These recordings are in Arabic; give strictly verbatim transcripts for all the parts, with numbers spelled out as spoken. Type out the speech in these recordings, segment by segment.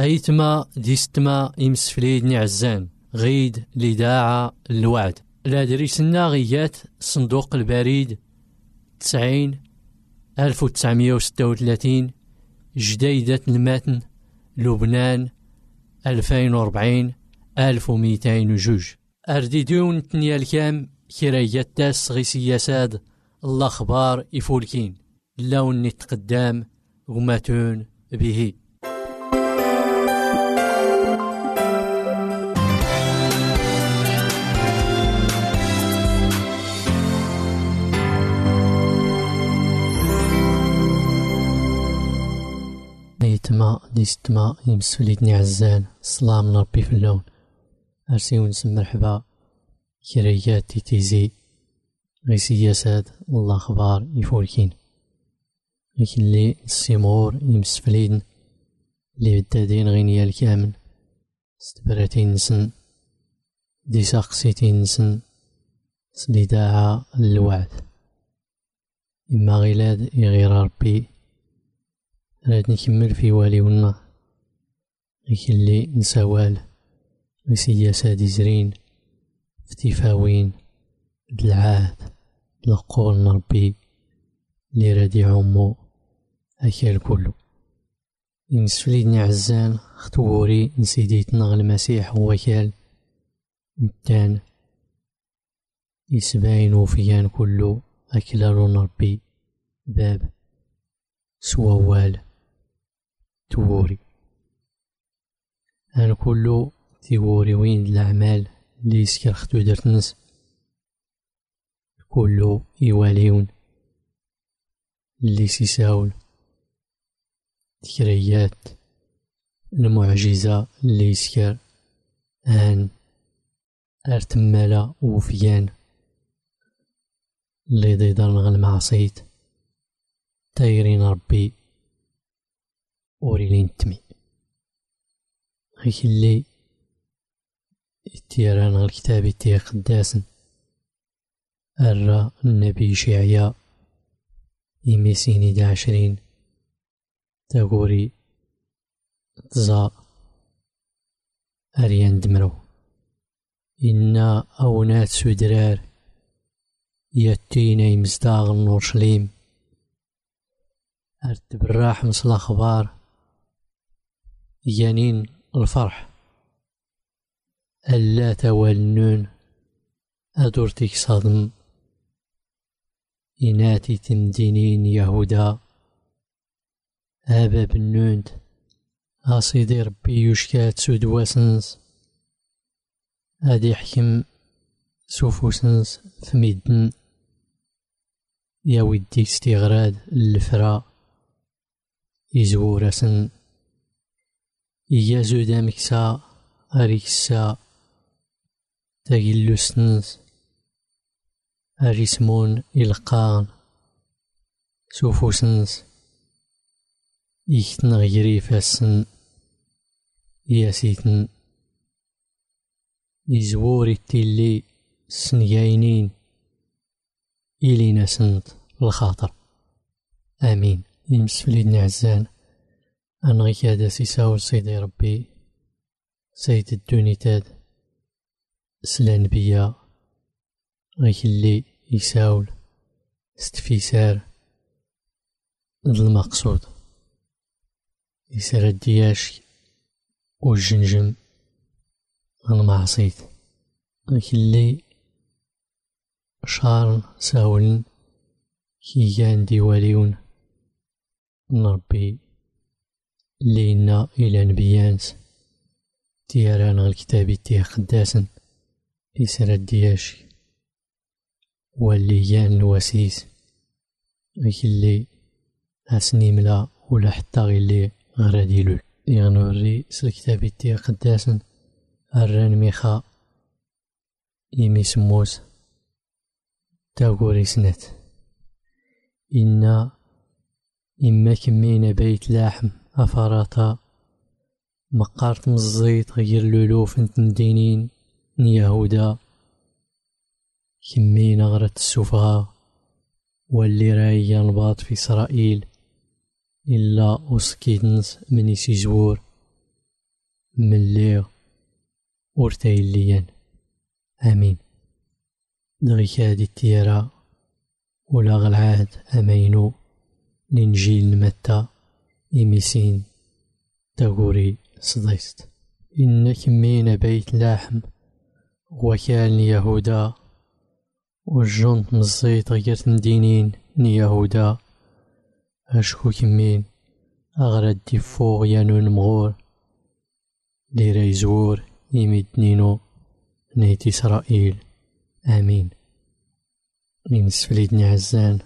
غيتما ديستما يمسفليدني عزان غيد لداعة الوعد لا دريسنا غيات صندوق البريد تسعين ألف وتسعمية وستة وثلاثين جديدة المتن لبنان ألفين وربعين ألف ومئتين وجوج أرديدون تنيا الكام كرايات تاس غي سياساد الأخبار يفولكين لون نتقدام وماتون به نيتما ديستما يمسفليتني عزان السلام من ربي في اللون أرسي ونسم مرحبا كريات تيتيزي غي سياسات والله أخبار يفولكين لكن اللي السيمور يمسفلين اللي بدادين غينيا الكامل ستبراتين نسن دي ساقسيتين نسن سليداعة الوعد إما غيلاد يغير ربي راد نكمل في واليونا لكن اللي نسوال غي سياسات زرين فتيفاوين دالعهد دالقول نربي اللي رادي عمو هكا الكل يمسفليدني عزان خطوري نسيديتنا المسيح هو كال متان يسباين وفيان كله أكلالو نربي باب سووال توري أنا كله تيوري وين الأعمال اللي يسكر خطو درتنس كله يواليون اللي سيساول تكريات المعجزة اللي يسكر آن أرتمالا وفيان اللي ضيدان غل معصيت تايرين ربي وريلين تمي هيك اللي التيران غل كتابي تي قداسن أرى النبي شعيا يميسيني دا عشرين تاقوري تزا أريان دمرو إنا أونات سودرار ياتينا يمزداغ النورشليم أرتب الراح مصل أخبار يانين الفرح ألا توالنون أدورتك صدم إناتي تمدينين يهودا هابا بنوند أصيدي ربي يشكات سودواسنس هادي حكم سوفوسنس في ميدن يا ودي استغراد الفرا يزورسن إيازو دامكسا أريكسا تاقلوسنس أريسمون إلقان سوفوسنس إيكتن غيري فاسن ياسيتن يزوري التيلي سنياينين إلينا سنت الخاطر آمين. يمسفليدني عزان أنغي كادا سيساول سيدي ربي سيد الدونيتاد سلان بيا غيك اللي يساول استفيسار المقصود يسار الدياش والجنجم المعصيت غيك اللي شارن ساولن كيان ديواليون نربي لينا إلى نبيانس تياران الكتابي تيه قداسن يسرى الدياشي والليان الوسيس غيك اللي هاسني ملا ولا حتى غي اللي غرادي لول يغنوري سالكتابي تيه قداسن الران ميخا يمي سموس تاغوري سنت إنا إما كمينا بيت لاحم أفراطا مقارت من الزيت غير لولوف نتندينين يهودا كمينا غرت السفهاء واللي راهي ينباط في إسرائيل إلا أسكيدنس من يسيزور مليغ ورتايل ليان. آمين. دغيك هادي التيرا ولا غالعاد أمينو لإنجيل نمتا إميسين تاغوري صديست. إنك مين بيت لاحم وكان يهودا والجنط مزيط غير تندينين يهودا أشكو كمين أغرد دي فوق يانون مغور لي ريزور يمدنينو نيت إسرائيل. آمين. نمسفليدني عزان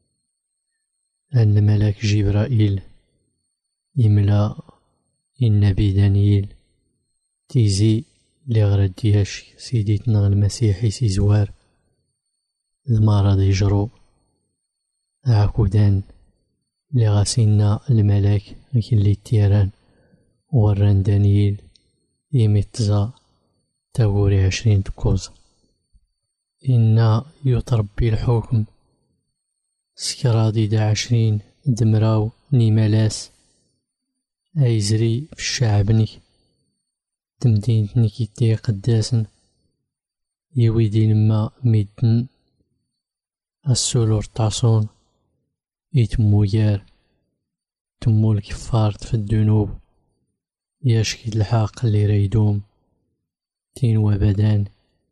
أن ملاك جبرائيل يملا النبي دانييل تيزي لغرد دياش سيديتنا المسيحي سيزوار المرض يجرو عكودان لغاسينا الملاك اللي تيران وران دانييل يمتزا تاغوري عشرين تكوز. إنا يتربي الحكم سكرادي دا عشرين دمراو نيمالاس أيزري في الشعبني تمدينتني كيتي قداسن يويدين ما ميدن السولور طاسون يتمو يار تمو الكفارت في الذنوب ياشكي الحاق اللي ريدوم تين وبدان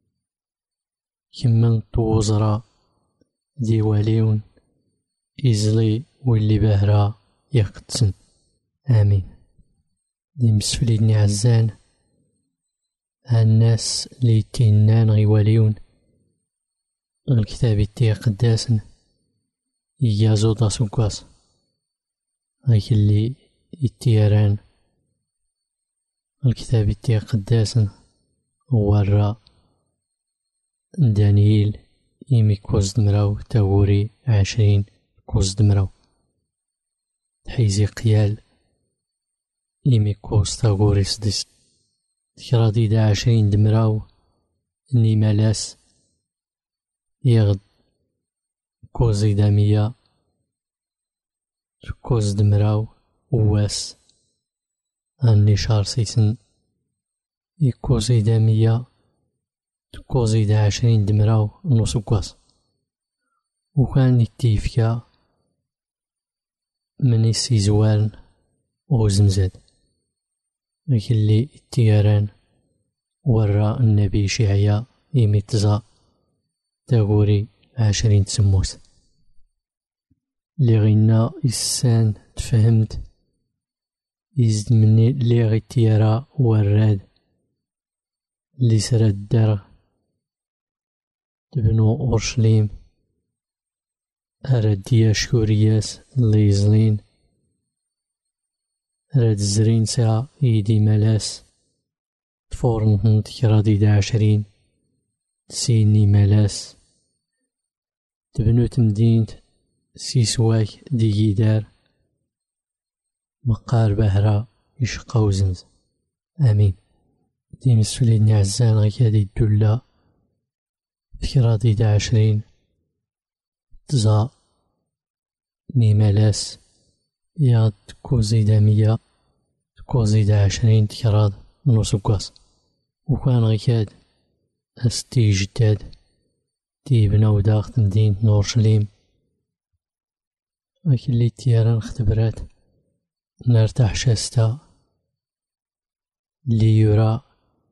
كمن طوزرا ديواليون إزلي واللي بهرا يقتسن. آمين. دي مسفليدني عزان الناس اللي تينان غيواليون الكتاب يتي قداسن يجازو دا سوكاس غيك اللي يتيران الكتاب يتي قداسن ورا دانييل إيمي كوز دمراو تاغوري عشرين كوز دمراو تحيزي قيال إيمي كوز تاغوري سدس تكرادي دا عشرين دمراو نيمالاس يغد كوزي دامية كوز دمراو واس أني شار سيسن يكوزي دامية كوزي دا عشرين دمراو نص كواس. وكان يتيفكا من السيزوان وزمزاد لكن اللي التياران ورا النبي شعيا يمتزا تاغوري عشرين تسموس لي غينا إسان تفهمت يزد مني لي غي تيارا وراد لي سرا الدار تبنو أورشليم أراد ديا شكورياس اللي يزلين راد الزرين ساعة يدي ملاس تفورن تكرادي دا عشرين سيني ملاس تبنو تمدينت سيسواك دي جيدار مقار بهرا يشقاو زمز. آمين. دي مسفليني عزان غيك هادي الدولة تكرادي دا عشرين تزا نيمالاس ياد كوزي دامية كوزي دا عشرين تكراد نص كواس. وكان غيكاد أستي جداد تيبناو داغ تمدينة نورشليم لكن لي تياران اختبرات نرتاح شاستا لي يرى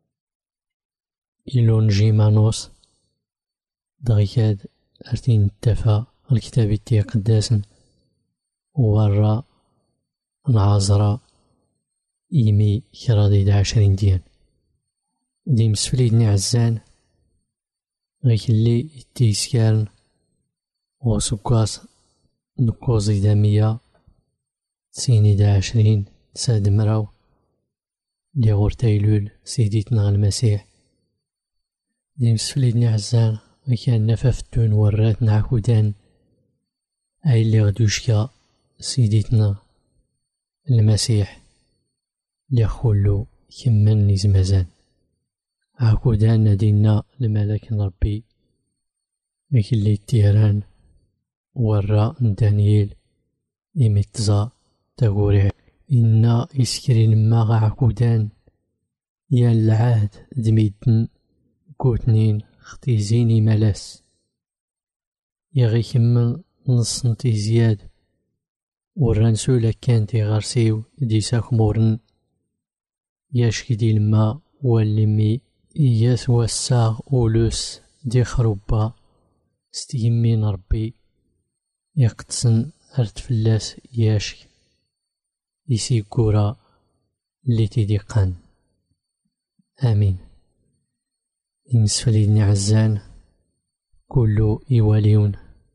إلون جيمانوس دغيكاد أرتين التفا الكتاب يتي قداسن ورا نعازرا إيمي كرادي دا عشرين ديان. دي مسفليدني عزان غيك اللي يتي سكارن وسكاس نكوزي دامية سيني دا عشرين ساد مراو لي غور تايلول سيديتنا المسيح. دي مسفليدني عزان وكان نففتون ورات نعكودان أي اللي غدوشكا سيديتنا المسيح ليخولو كمن نزمزان عكودان ندينا لملك ربي لكن اللي تيران ورا دانييل إمتزا تاغوري إنا إسكرين ما عكودان يا العهد دميدن كوتنين ختي زيني ملاس يا غي كمل نصنتي زياد ورانسو لكانتي غارسيو دي ساكمورن ياش دي الماء واللمي إياس وساغ أولوس دي خروبا ستيمين ربي يقتسن أرت فلاس ياشي يسي كورا اللي تيديقان آمين. ينسفليدني عزان كلو يواليون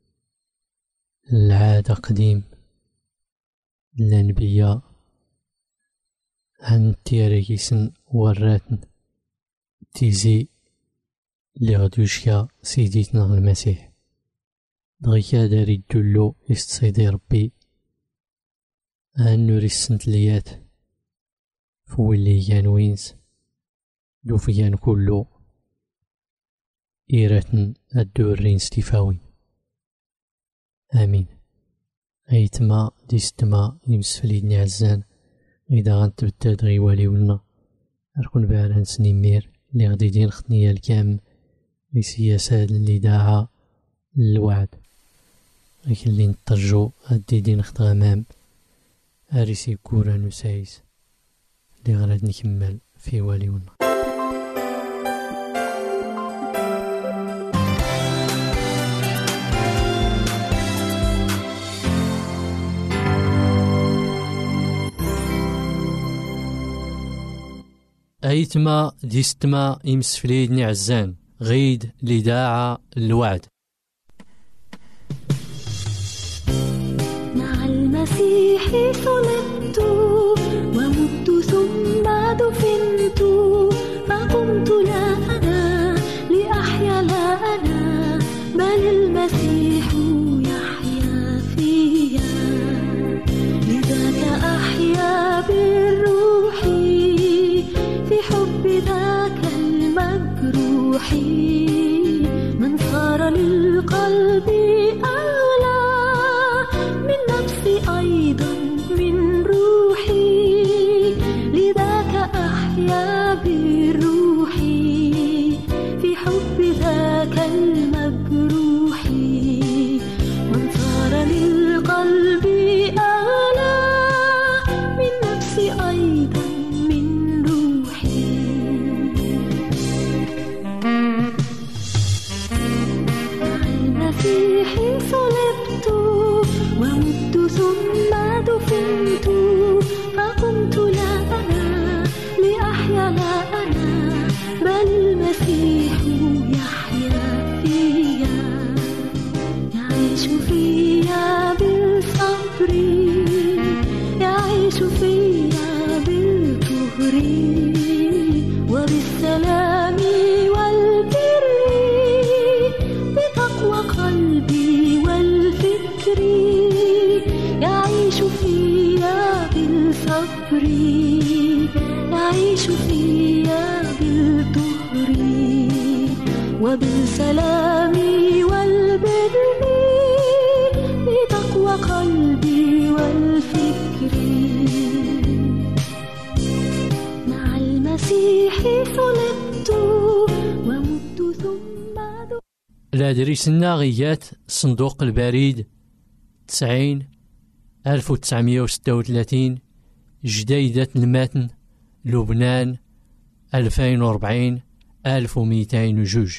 العادة قديم الأنبياء عن تيريسن وراتن تيزي اللي غدوشيا سيديتنا المسيح دغيكا داري الدلو يستصيدي ربي عن نوري السنتليات فولي كان وينس دوفيان كلو إيراتن الدورين ستيفاوين آمين. أيتما ديستما يمسفليدني عزان إذا غنتبداد غيواليولنا أركون بعران سنيمير اللي غدي دين خطنيا الكام لسياسات اللي داعا للوعد لكن اللي نترجو هدي دين خط غمام أريسي كورا نسايس اللي غراد نكمل في واليولنا. أيتما ديستما يمسفليدني عزان غيد لداعة الوعد. مع المسيح صلبت ومت ثم دفنت فقمت لا أنا لأحيا لا أنا بل المسيح يحيا فيا لذاك أحيا بالروح في حب ذاك المجروح من صار للقلب أغلى من نفسي أيضا من روحي لذاك أحيا بروحي في حب ذاك المجروح من صار للقلب أغلى من نفسي أيضا صلبت ومت ثم دفنت فقمت لا أنا لأحيا لا أنا بل المسيح يحيا فيا يعيش فيا بالصبر يعيش فيا بالطهر وبالسلام والبر بتقوى قلبي والفكر يعيش فيا بالصبر يعيش فيا بالطهر وبالسلام والبر بتقوى قلبي والفكر مع المسيح صلبت ومت ثم الأدريس الناغيات صندوق البريد تسعين ألف وتسعمية وستة وثلاثين جديدة المتن لبنان ألفين وأربعين ألف ومئتين وجوج.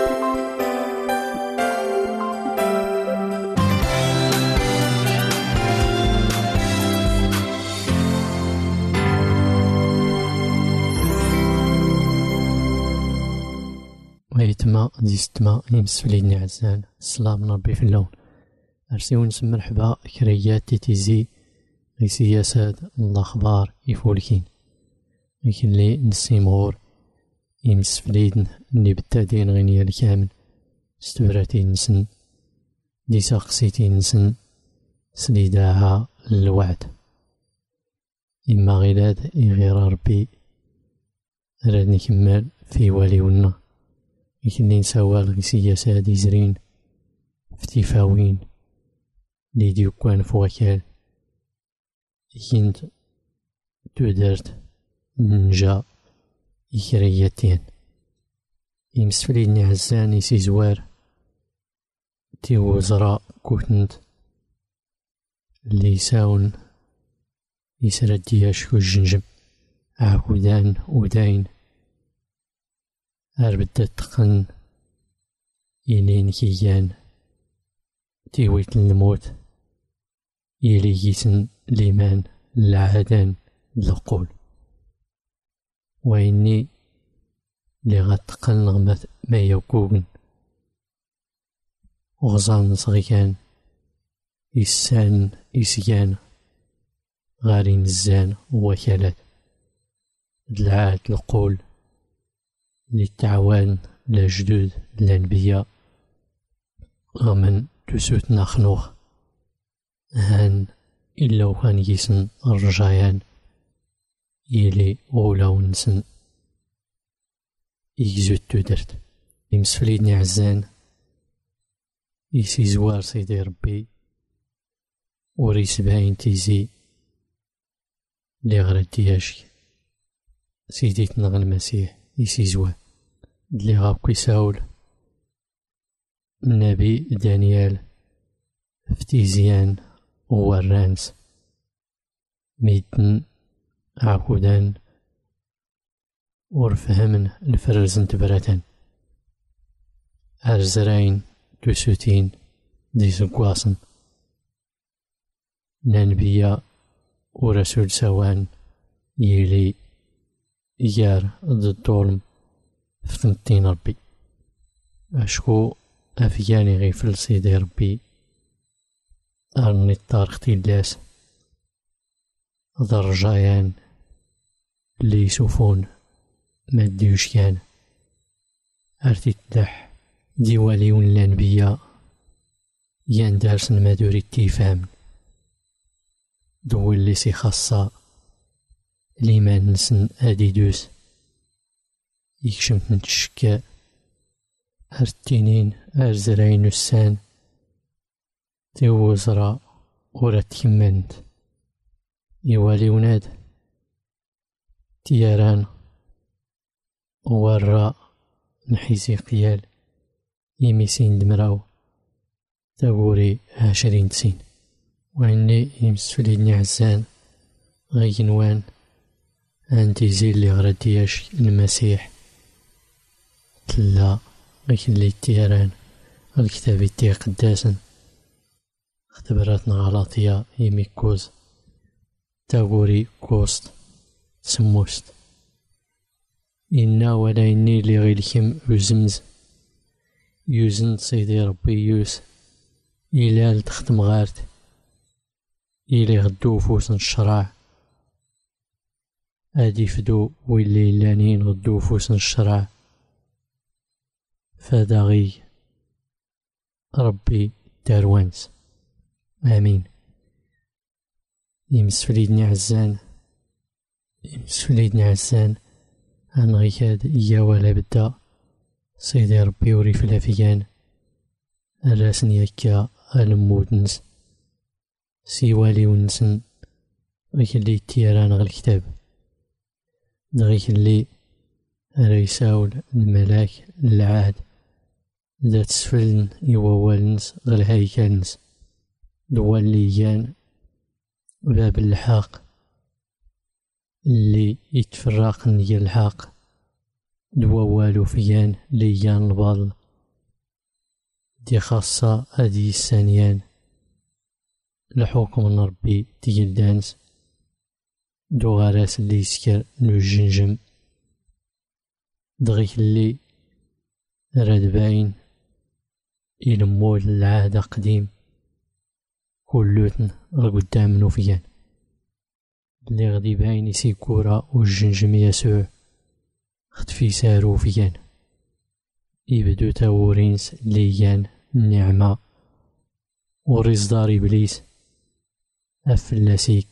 ويتما ديستما يمسفليني عزان السلام ربي في اللون أرسيو نسم مرحبا كريات تيتيزي غي سياسات الأخبار يفولكين لكن لي نسيمغور يمسفليدن اللي بالتادين غينيا الكامل ستوراتي نسن دي ساقسيتي نسن سليداها الوعد إما غيلاد غير ربي راد نكمل في واليونا لكن لي نساوال غي سياسات يزرين فتيفاوين لي ديوكوان فوكال كنت تودرت نجا إكرياتين يمسفليني عزان يسي زوار تي وزراء كوتنت اللي يساون يسرد دياش الجنجم عهودان وداين أربدت تقن ينين كيان تيويت الموت يليجيسن ليمان العادان لقول وإني لغتقن نغمت ما يوكوغن غزان صغيان إسان إسيان غارين الزان وكالات دلعات القول للتعوان لجدود الأنبياء غمن تسوتنا خنوخ هان إلا وكان يسن الرجايان يلي غولاو نسن يجزو تودرت يمسفليدني عزان يسي زوار سيدي ربي وريس باين تيزي لي غرد دياشي سيدي تنغ المسيح يسي زوار دلي غابكو يساول النبي دانيال فتيزيان وورانس ميتن عقودان ورفهمن الفرزن تبراتن أرزراين تسوتين دي زقواصن نانبيا ورسول سوان يلي يار ضد الظلم فتنتين ربي أشكو أفياني غيفل سيدي ربي أرني الطارق تيلاس ضرجايان اللي يسوفون ماديوش كان أرتي تدح ديواليون الأنبياء يان دارسن مادوري التيفام دول اللي سي خاصة ليمان نسن أديدوس يكشمت من تشكا أرتينين أرزراين السان تيوزرا ورات كمانت يوالي وناد تياران ورا نحيزي قيال يميسين دمراو تابوري عشرين تسين وعني يمسفليني عزان غينوان أنتي زي اللي غردياش المسيح تلا غيكن لي تياران الكتاب تي قداسن اختبراتنا غلاطية يميكوز تاغوري كوست سموست إنا ولا إني اللي غيلكم يزمز يوزن سيدي ربي يوس إلا لتختم غارت إلي غدو فوسن الشرع أدي فدو ويلي لانين غدو فوسن الشرع فداغي ربي داروانس آمين. يمسفليدني عزان يمسفليدني عزان عن غيكاد إيا ولا بدا سيدي ربي وري في الافيان الراسن يكا المودنس سيوالي ونسن غيك اللي تيران غ الكتاب دغيك اللي ريساول الملاك العهد ذات سفلن يوالنس غ الهيكلنس دواليان باب الحاق اللي يتفرقن ديال الحاق دوا والو فيان ليان البال دي خاصة هادي الثانيان الحكم من ربي ديال دانس دو غراس اللي يسكر نو الجنجم دغيك اللي راد باين يلمول العهد قديم كلوتن غقدام منو فيان اللي غدي باين يسي كورا والجنجم يسوع ختفي سارو فيان يبدو تاورينس ليان النعمة ورزدار إبليس أفلاسيك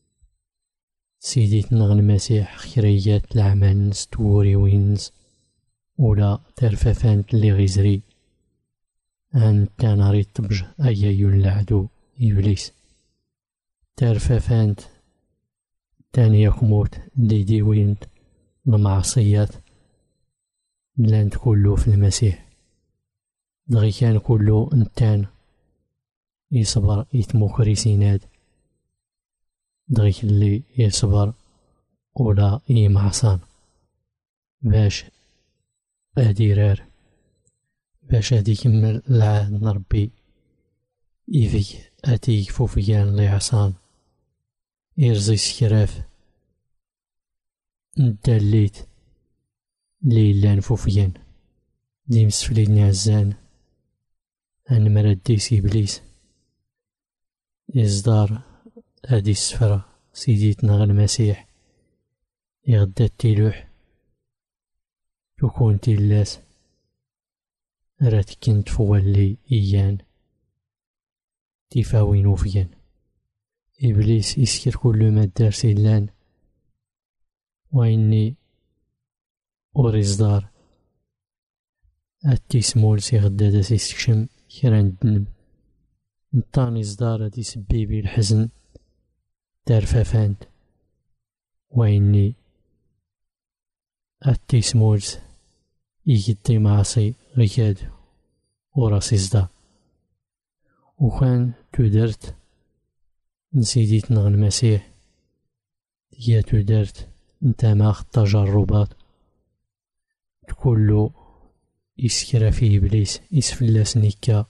سيدي تنغ المسيح خيريات العمل نستوري وينز ولا ترففانت اللي غيزري أن تناري طبج أيا يلعدو إبليس ترففانت تاني يخموت دي دي وينت المعصيات لان كله في المسيح دغي كان كله انتان يصبر يتموكري سيناد دغي اللي يصبر ولا يمعصان باش اديرار باش هادي يكمل العهد ربي يفيك اتي فوفيان لي عصان يرزي سكراف نداليت ليلان فوفيان ديم سفليد نعزان ان مرديس ابليس يصدار هادي السفرة سيديتنا غير المسيح يغدا التيلوح تكون تيلاس رات كنت فوالي ايان تيفاوين وفيان ابليس يسكر كل ما دار سيلان واني وريزدار التيسمول سي غدا دا سيستكشم كرا ندنب نطاني صدار هادي سبيبي الحزن دار فافانت واني التيسمولز يجدي معصي غيكاد وراسي صدار وكان تودرت نسيديت نغ المسيح تيا تودرت نتا ماخ التجربات كله يسكر في ابليس يسفلاس نيكا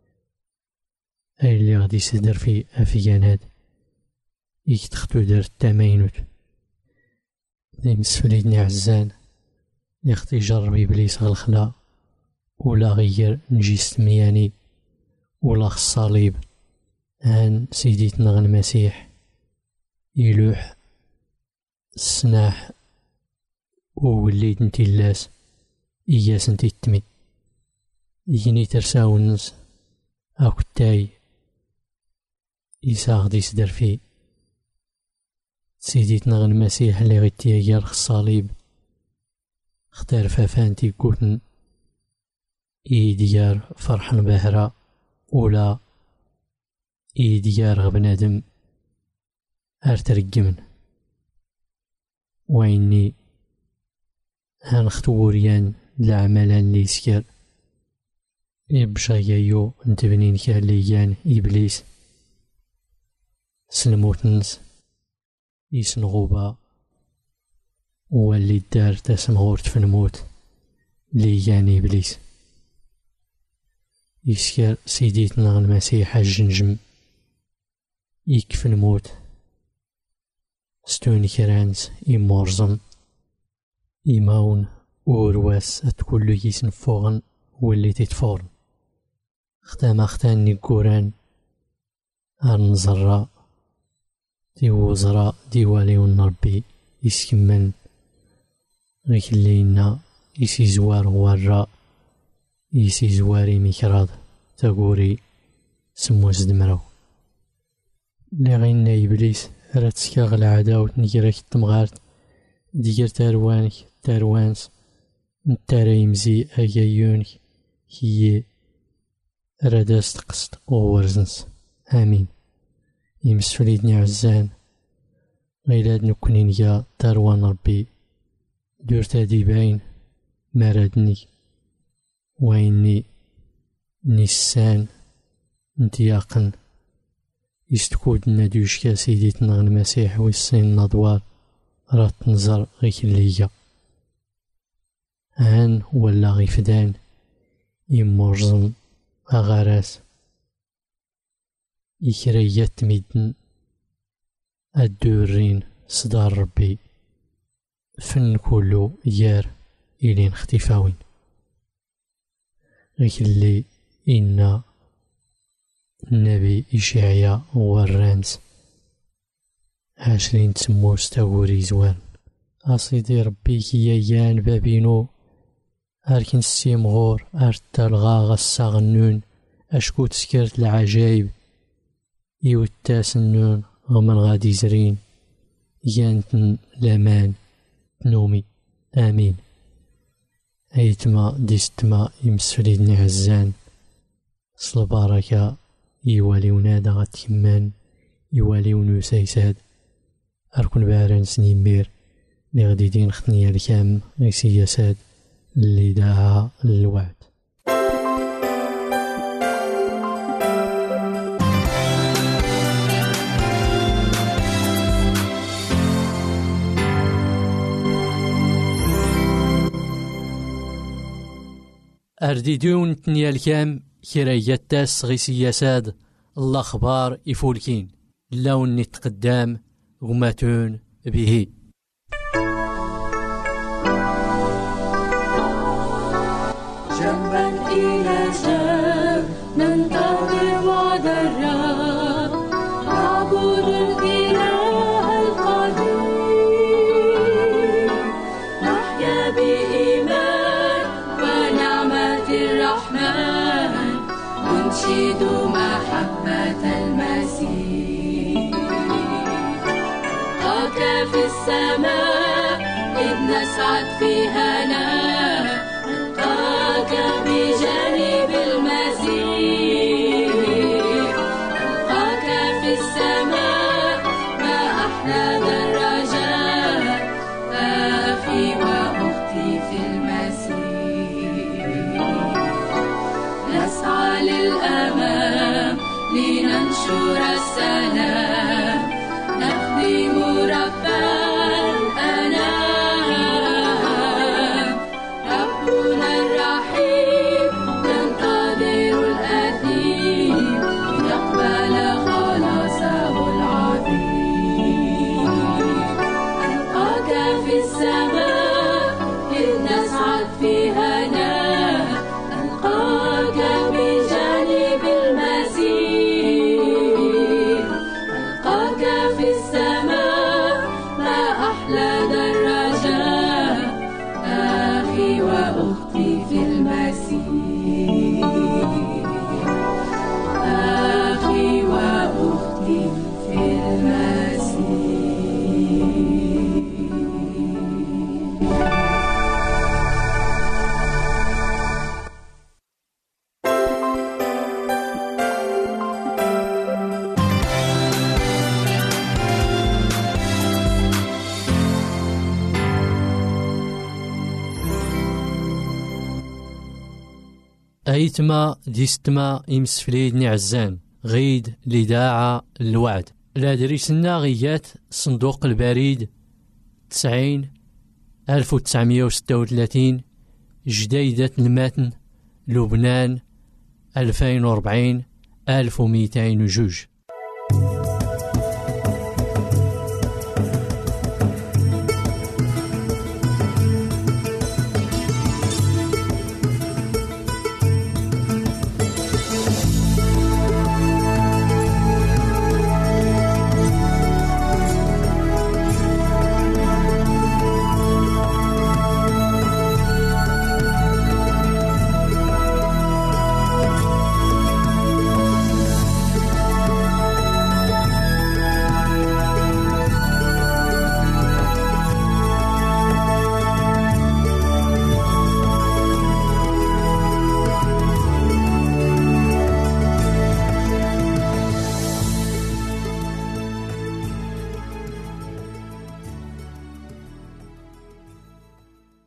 اي اللي غادي يسدر في افيان هاد يكتختو دارت تامينوت ديم سفليدني عزان يختي يجرب ابليس غالخلا ولا غير نجيست مياني ولا الصليب هان سيديتنا المسيح يلوح السناح ووليد نتيلاس إياس نتي التمي يجيني ترساونس أو كتاي إيسا غدي يسدر في سيديتنا المسيح اللي غيتيا يار الصليب اختار فافانتي كوتن إيديار فرحن بهرا ولا إيديار غبنادم أرترقمن وإني هنختوريان العملان لي سكر يبشايايو نتبنين كاليان إبليس سلموتنس يسنغوبا واللي دار تسمغورت في الموت ليان إبليس يسكر سيديتنا المسيح الجنجم يكفي الموت ستوني كرانس يمورزم يماون ورواس اتكلو يسن فوغن واللي تتفورن ختام اختان نيكوران النزراء دي وزراء ديوالي ونربي يسكمن غيك اللينا يسي زوار ورا يسي زواري ميكراض تاقوري سمو زدمراو لي غينا إبليس راه تسكاغ العداوة نيراك التمغارت دير تاروانك تاروانس نتارا يمزي أجايونك هي راداس تقسط وورزنس آمين يمسفليدني عزان غيلاد نكونين يا تاروان ربي دورتا دي باين مارادني ويني نيسان نتياقن يستكود نادوشكا سيديتنا المسيح ويسين نضوار راه تنزر غيك الليا هان ولا غيفدان يمورزم أغاراس يكريات ميدن الدورين صدار ربي فن كله يار إلين اختفاوين غيك اللي إنا النبي إشعيا ورانس عشرين تموس تاوري زوان أصيدي ربي كيايان بابينو أركن السيمغور أرتا الغاغا الساغنون أشكو تسكرت العجايب يوتاس النون غمن غادي زرين يانتن لامان نومي آمين أيتما ديستما يمسفليدني عزان صل بركة يوالي ونادا غتكمان يوالي ونوسايساد أركن باران سنيمير اللي غادي يدين خطنية الكام غي سياسات اللي داعا الوعد. أرديدون تنيا الكام كرايات تاس غي سياسات الأخبار يفولكين اللون نتقدام غماتون به. جنبا إلى جنب ننتظر وعد الرب، نعبد الإله القدير، نحيا بإيمان ونعمة الرحمن، ننشد محبة المسيح. أراك في السماء إذ نسعد في هناء، ألقاك بجانب المسيح. ألقاك في السماء ما أحلى ذا الرجاء، أخي وأختي في المسيح. نسعى للأمام لننشر السلام، نخدم ربا الأنام. ربنا الرحيم ينتظر الأثيم، يقبل خلاصه العظيم. ألقاك في السماء إذ نسعد في هناء، ألقاك بجانب المسيح. ألقاك في السماء ما أحلى ذا الرجاء، أخي وأختي في المسيح. أخي وأختي في المسيح. أيتما ديستما يمسفليد نعزان غيد لداعة الوعد. لا دريسنا غيات صندوق البريد تسعين ألف وتسعمية وستة وثلاثين جديدة المتن لبنان ألفين وربعين ألف ومئتين وجوج.